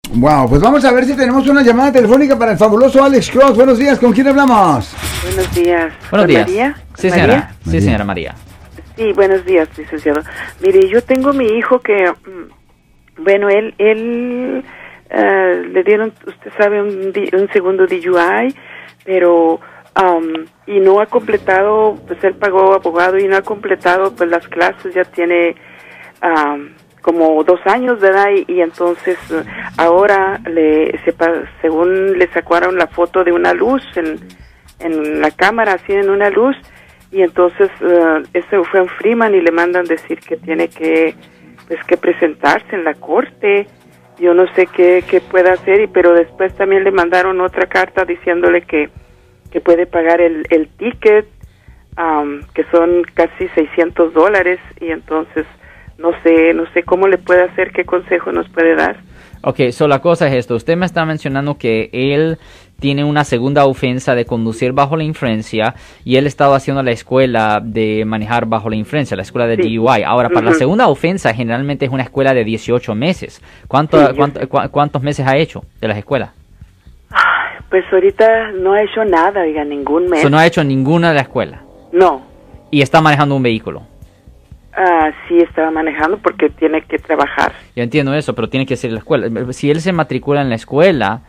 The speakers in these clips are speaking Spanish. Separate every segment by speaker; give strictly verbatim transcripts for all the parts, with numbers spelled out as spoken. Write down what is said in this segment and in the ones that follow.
Speaker 1: Wow, pues vamos a ver si tenemos una llamada telefónica para el fabuloso Alex Cross. Buenos días, ¿con quién hablamos?
Speaker 2: Buenos días.
Speaker 3: Buenos días.
Speaker 2: María?
Speaker 3: Sí,
Speaker 2: ¿María?
Speaker 3: señora. Sí,
Speaker 1: María.
Speaker 3: señora María.
Speaker 2: Sí, buenos días, licenciado. Mire, yo tengo mi hijo que, mm, bueno, él, él uh, le dieron, usted sabe, un, di- un segundo D U I, pero, um, y no ha completado, pues él pagó abogado y no ha completado, pues las clases, ya tiene um, como dos años de edad y, y entonces uh, ahora, le, sepa, según le sacaron la foto de una luz en, en la cámara, así en una luz, y entonces uh, ese fue un Freeman y le mandan decir que tiene que pues que presentarse en la corte. Yo no sé qué, qué puede hacer, y pero después también le mandaron otra carta diciéndole que, que puede pagar el, el ticket, um, que son casi seiscientos dólares, y entonces no sé, no sé cómo le puede hacer, qué consejo nos puede dar.
Speaker 3: Ok, so la cosa es esto. Usted me está mencionando que él tiene una segunda ofensa de conducir bajo la influencia y él estaba haciendo la escuela de manejar bajo la influencia, la escuela de
Speaker 2: Sí.
Speaker 3: D U I. Ahora, para
Speaker 2: Ujú.
Speaker 3: la segunda ofensa generalmente es una escuela de dieciocho meses. ¿Cuánto,
Speaker 2: Sí, yo
Speaker 3: cuánto-
Speaker 2: sé.
Speaker 3: cu- ¿Cuántos meses ha hecho de las escuelas?
Speaker 2: Ay, pues ahorita no ha hecho nada, oiga, ningún mes.
Speaker 3: So, no ha hecho ninguna de la escuela
Speaker 2: No.
Speaker 3: y está manejando un vehículo.
Speaker 2: Ah, sí estaba manejando porque tiene que trabajar.
Speaker 3: Yo entiendo eso, pero tiene que ser la escuela. Si él se matricula en la escuela...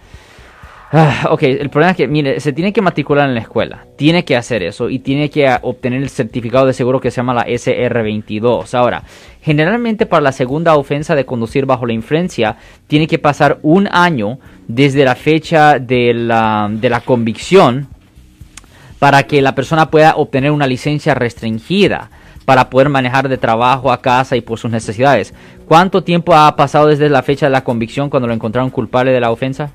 Speaker 3: Ah, ok, el problema es que, mire, se tiene que matricular en la escuela. Tiene que hacer eso y tiene que ah, obtener el certificado de seguro que se llama la S R veintidós. Ahora, generalmente para la segunda ofensa de conducir bajo la influencia, tiene que pasar un año desde la fecha de la, de la convicción para que la persona pueda obtener una licencia restringida para poder manejar de trabajo a casa y por sus necesidades. ¿Cuánto tiempo ha pasado desde la fecha de la convicción cuando lo encontraron culpable de la ofensa?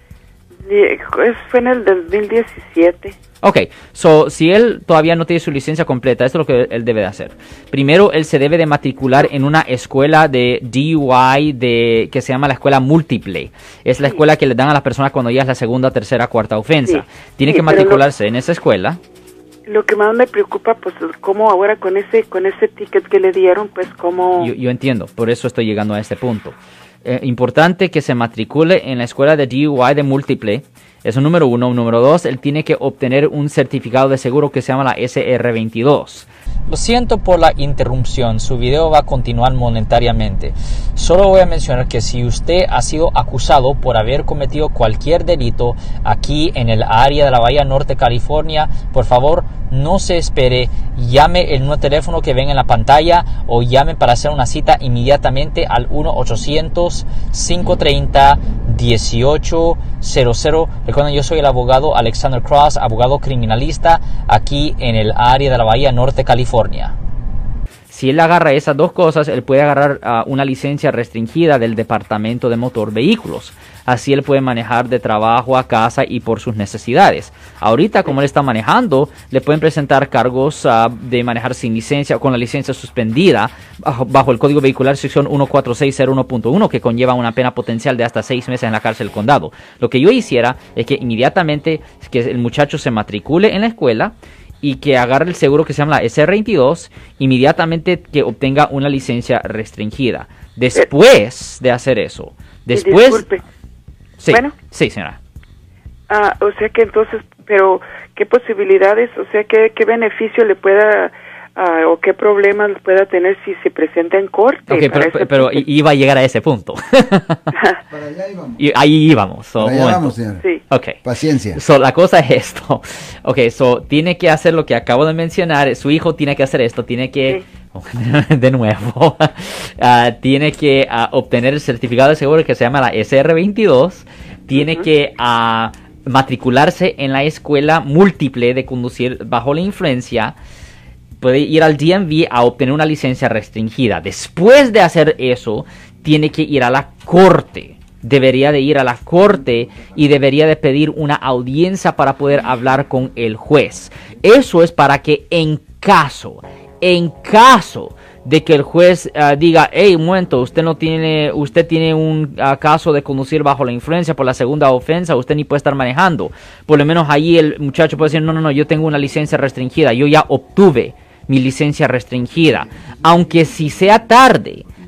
Speaker 2: Die- es- Fue en el dos mil diecisiete.
Speaker 3: Ok, so, si él todavía no tiene su licencia completa, esto es lo que él debe de hacer. Primero, él se debe de matricular en una escuela de D U I de, que se llama la escuela múltiple. Es la
Speaker 2: Sí.
Speaker 3: escuela que le dan a las personas cuando ya es la segunda, tercera, cuarta ofensa.
Speaker 2: Sí.
Speaker 3: Tiene
Speaker 2: Sí,
Speaker 3: que
Speaker 2: pero no-
Speaker 3: matricularse en esa escuela.
Speaker 2: Lo que más me preocupa, pues, es cómo ahora con ese con ese ticket que le dieron, pues, cómo...
Speaker 3: Yo, yo entiendo, por eso estoy llegando a este punto. Eh, importante que se matricule en la escuela de D U I de múltiple. Eso número uno. Número dos, él tiene que obtener un certificado de seguro que se llama la S R veintidós. Lo siento por la interrupción, su video va a continuar monetariamente. Solo voy a mencionar que si usted ha sido acusado por haber cometido cualquier delito aquí en el área de la Bahía Norte, California, por favor no se espere, llame el nuevo teléfono que ven en la pantalla o llame para hacer una cita inmediatamente al uno ochocientos, cinco treinta, dieciocho cero cero. Recuerden, yo soy el abogado Alexander Cross, abogado criminalista aquí en el área de la Bahía Norte, California. Si él agarra esas dos cosas, él puede agarrar uh, una licencia restringida del Departamento de Motor Vehículos. Así él puede manejar de trabajo a casa y por sus necesidades. Ahorita, como él está manejando, le pueden presentar cargos uh, de manejar sin licencia o con la licencia suspendida bajo, bajo el Código Vehicular sección uno cuatro seis cero uno punto uno, que conlleva una pena potencial de hasta seis meses en la cárcel del condado. Lo que yo hiciera es que inmediatamente que el muchacho se matricule en la escuela y que agarre el seguro que se llama la S R veintidós, inmediatamente que obtenga una licencia restringida. Después de hacer eso, después...
Speaker 2: Disculpe.
Speaker 3: Sí,
Speaker 2: Bueno.
Speaker 3: sí, señora.
Speaker 2: Ah, o sea que entonces, pero, ¿qué posibilidades, o sea, qué, qué beneficio le pueda, ah, o qué problemas pueda tener si se presenta en corte?
Speaker 3: Ok,
Speaker 2: para
Speaker 3: pero,
Speaker 2: ese
Speaker 3: pero
Speaker 2: ticket?
Speaker 3: iba a llegar a ese punto.
Speaker 1: Para allá íbamos.
Speaker 3: Y ahí íbamos. So,
Speaker 1: Para allá
Speaker 3: un momento.
Speaker 1: vamos, señora.
Speaker 2: Sí.
Speaker 3: Ok.
Speaker 1: Paciencia.
Speaker 3: So, la cosa es esto. Ok, so, tiene que hacer lo que acabo de mencionar. Su hijo tiene que hacer esto. Tiene que... De nuevo. ah, tiene que ah, obtener el certificado de seguro que se llama la S R veintidós. Tiene
Speaker 2: Ujú.
Speaker 3: que ah, matricularse en la escuela múltiple de conducir bajo la influencia. Puede ir al D M V a obtener una licencia restringida. Después de hacer eso, tiene que ir a la corte. Debería de ir a la corte y debería de pedir una audiencia para poder hablar con el juez. Eso es para que en caso, en caso de que el juez uh, diga, hey, un momento, usted no tiene, usted tiene un uh, caso de conducir bajo la influencia por la segunda ofensa, usted ni puede estar manejando. Por lo menos ahí el muchacho puede decir, no, no, no, yo tengo una licencia restringida, yo ya obtuve mi licencia restringida. Aunque si sea tarde,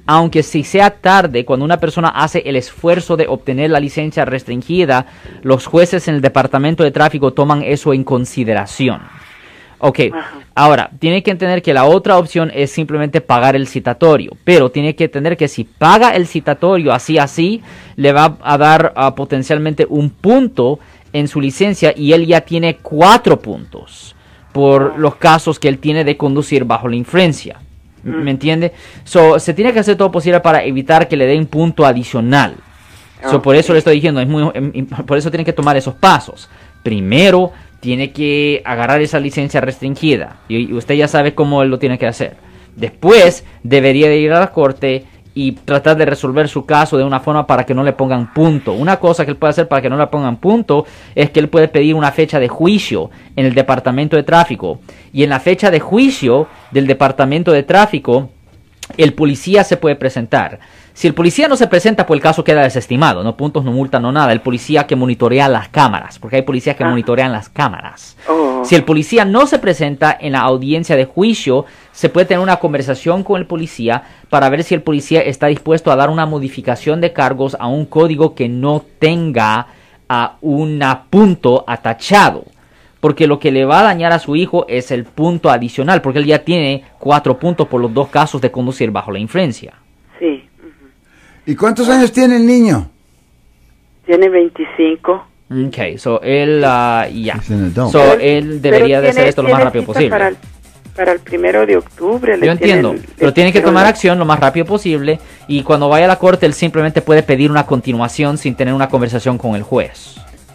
Speaker 3: aunque si sea tarde, cuando una persona hace el esfuerzo de obtener la licencia restringida, los jueces en el Departamento de Tráfico toman eso en consideración. Ok,
Speaker 2: Ajá.
Speaker 3: Ahora, tiene que entender que la otra opción es simplemente pagar el citatorio, pero tiene que entender que si paga el citatorio así así, le va a dar uh, potencialmente un punto en su licencia y él ya tiene cuatro puntos por los casos que él tiene de conducir bajo la influencia. ¿Me mm. entiende? So, se tiene que hacer todo posible para evitar que le den punto adicional. Okay. So, por eso le estoy diciendo, es muy, por eso tienen que tomar esos pasos. Primero, tiene que agarrar esa licencia restringida y usted ya sabe cómo él lo tiene que hacer. Después debería de ir a la corte y tratar de resolver su caso de una forma para que no le pongan punto. Una cosa que él puede hacer para que no le pongan punto es que él puede pedir una fecha de juicio en el Departamento de Tráfico, y en la fecha de juicio del Departamento de Tráfico el policía se puede presentar. Si el policía no se presenta, pues el caso queda desestimado, no puntos, no multa, no nada. El policía que monitorea las cámaras, porque hay policías que ah. monitorean las cámaras. Oh. Si el policía no se presenta en la audiencia de juicio, se puede tener una conversación con el policía para ver si el policía está dispuesto a dar una modificación de cargos a un código que no tenga uh, un punto atachado. Porque lo que le va a dañar a su hijo es el punto adicional, porque él ya tiene cuatro puntos por los dos casos de conducir bajo la influencia.
Speaker 2: Sí.
Speaker 1: ¿Y cuántos años tiene el niño?
Speaker 2: Tiene veinticinco.
Speaker 3: Ok, so él, uh, ya. Yeah. So él debería de hacer esto lo más rápido posible.
Speaker 2: Para el, para el primero de octubre.
Speaker 3: Yo entiendo, el, pero tiene que tomar acción lo más rápido posible, y cuando vaya a la corte él simplemente puede pedir una continuación sin tener una conversación con el juez.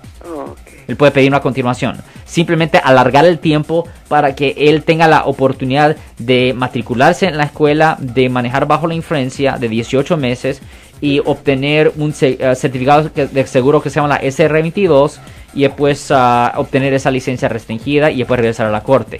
Speaker 3: Él puede pedir una continuación, simplemente alargar el tiempo para que él tenga la oportunidad de matricularse en la escuela de manejar bajo la influencia de dieciocho meses y obtener un uh, certificado de seguro que se llama la S R veintidós, y después uh, obtener esa licencia restringida y después regresar a la corte.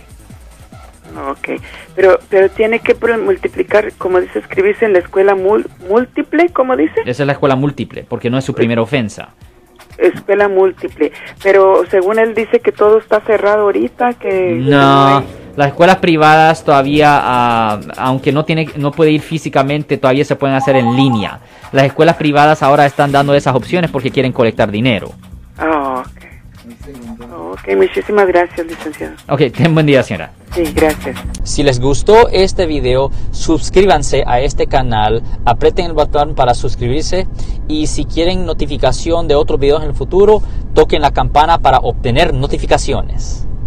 Speaker 2: Ok, pero pero tiene que multiplicar, como dice, escribirse en la escuela mul múltiple, ¿cómo dice?
Speaker 3: Esa es la escuela múltiple, porque no es su primera ofensa.
Speaker 2: Escuela múltiple, pero según él dice que todo está cerrado ahorita, que
Speaker 3: no, no hay... Las escuelas privadas todavía, uh, aunque no tiene, no puede ir físicamente, todavía se pueden hacer en línea. Las escuelas privadas ahora están dando esas opciones porque quieren colectar dinero.
Speaker 2: Oh, ok. Ok, muchísimas gracias, licenciado.
Speaker 3: Ok, ten buen día, señora.
Speaker 2: Sí, gracias.
Speaker 3: Si les gustó este video, suscríbanse a este canal, aprieten el botón para suscribirse, y si quieren notificación de otros videos en el futuro, toquen la campana para obtener notificaciones.